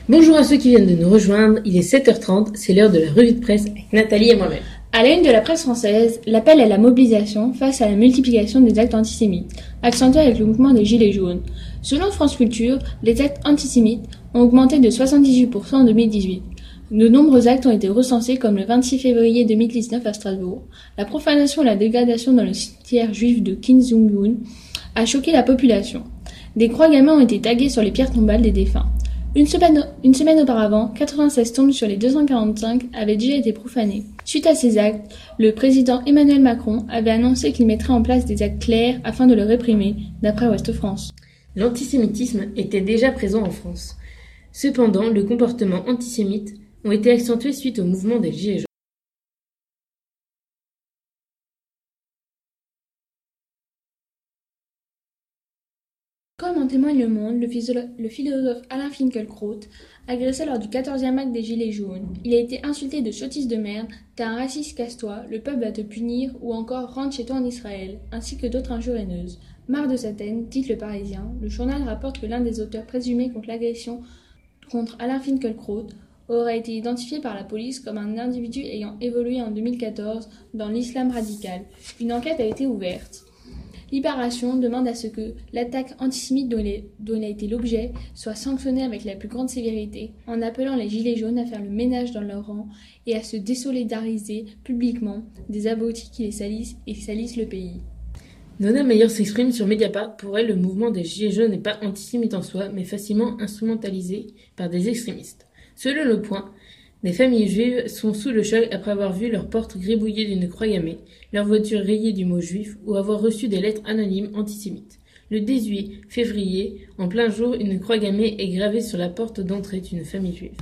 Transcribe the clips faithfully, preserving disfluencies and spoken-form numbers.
Bonjour à ceux qui viennent de nous rejoindre, il est sept heures trente, c'est l'heure de la revue de presse avec Nathalie et moi-même. À la une de la presse française, l'appel à la mobilisation face à la multiplication des actes antisémites, accentué avec le mouvement des Gilets jaunes. Selon France Culture, les actes antisémites ont augmenté de soixante-dix-huit pour cent en deux mille dix-huit. De nombreux actes ont été recensés comme le vingt-six février deux mille dix-neuf à Strasbourg. La profanation et la dégradation dans le cimetière juif de Kinzungun a choqué la population. Des croix gammées ont été taguées sur les pierres tombales des défunts. Une semaine, une semaine auparavant, quatre-vingt-seize tombes sur les deux cent quarante-cinq avaient déjà été profanées. Suite à ces actes, le président Emmanuel Macron avait annoncé qu'il mettrait en place des actes clairs afin de le réprimer, d'après Ouest France. L'antisémitisme était déjà présent en France. Cependant, le comportement antisémite ont été accentués suite au mouvement des Gilets jaunes. Comme en témoigne Le Monde, le, physolo- le philosophe Alain Finkielkraut, agressé lors du quatorzième acte des Gilets jaunes, il a été insulté de sottise de merde, t'es un raciste, casse-toi, le peuple va te punir, ou encore rentre chez toi en Israël, ainsi que d'autres injures haineuses. Marre de cette haine, dit Le Parisien, le journal rapporte que l'un des auteurs présumés contre l'agression contre Alain Finkielkraut aurait été identifié par la police comme un individu ayant évolué en deux mille quatorze dans l'islam radical. Une enquête a été ouverte. Libération demande à ce que l'attaque antisémite dont il, est, dont il a été l'objet soit sanctionnée avec la plus grande sévérité, en appelant les Gilets jaunes à faire le ménage dans leurs rangs et à se désolidariser publiquement des abrutis qui les salissent et salissent le pays. Nona Meyer s'exprime sur Mediapart. Pour elle, le mouvement des Gilets jaunes n'est pas antisémite en soi, mais facilement instrumentalisé par des extrémistes. Selon Le Point, des familles juives sont sous le choc après avoir vu leur porte gribouillée d'une croix gammée, leur voiture rayée du mot juif ou avoir reçu des lettres anonymes antisémites. Le dix-huit février, en plein jour, une croix gammée est gravée sur la porte d'entrée d'une famille juive.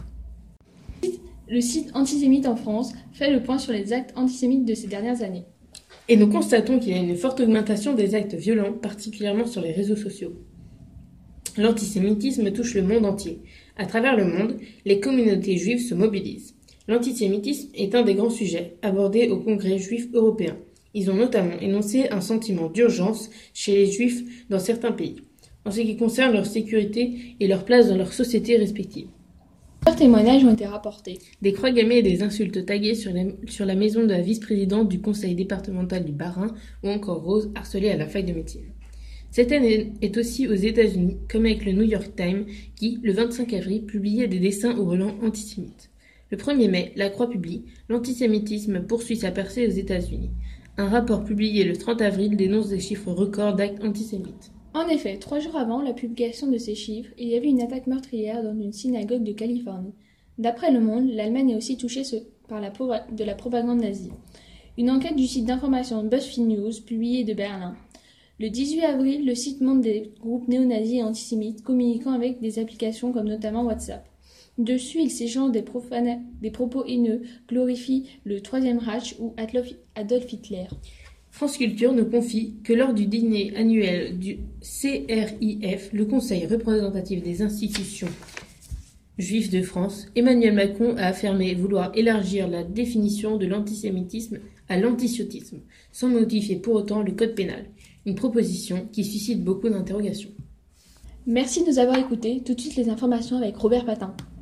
Le site Antisémite en France fait le point sur les actes antisémites de ces dernières années. Et nous constatons qu'il y a une forte augmentation des actes violents, particulièrement sur les réseaux sociaux. L'antisémitisme touche le monde entier. À travers le monde, les communautés juives se mobilisent. L'antisémitisme est un des grands sujets abordés au Congrès juif européen. Ils ont notamment énoncé un sentiment d'urgence chez les juifs dans certains pays, en ce qui concerne leur sécurité et leur place dans leurs sociétés respectives. Plusieurs témoignages ont été rapportés. Des croix gammées et des insultes taguées sur la, sur la maison de la vice-présidente du conseil départemental du Bas-Rhin ou encore Rose harcelée à la fac de médecine. Cette haine est aussi aux États-Unis, comme avec le New York Times, qui, le vingt-cinq avril, publiait des dessins au relent antisémites. Le premier mai, La Croix publie « L'antisémitisme poursuit sa percée aux États-Unis ». Un rapport publié le trente avril dénonce des chiffres records d'actes antisémites. En effet, trois jours avant la publication de ces chiffres, il y avait une attaque meurtrière dans une synagogue de Californie. D'après Le Monde, l'Allemagne est aussi touchée par la de la propagande nazie. Une enquête du site d'information BuzzFeed News, publiée de Berlin. Le dix-huit avril, le site montre des groupes néo-nazis et antisémites communiquant avec des applications comme notamment WhatsApp. Dessus, ils s'échangent des, profana- des propos haineux, glorifient le Troisième Reich ou Adolf Hitler. France Culture nous confie que lors du dîner annuel du C R I F, le Conseil représentatif des institutions juives de France, Emmanuel Macron a affirmé vouloir élargir la définition de l'antisémitisme à l'antisiotisme, sans modifier pour autant le code pénal. Une proposition qui suscite beaucoup d'interrogations. Merci de nous avoir écoutés. Tout de suite les informations avec Robert Patin.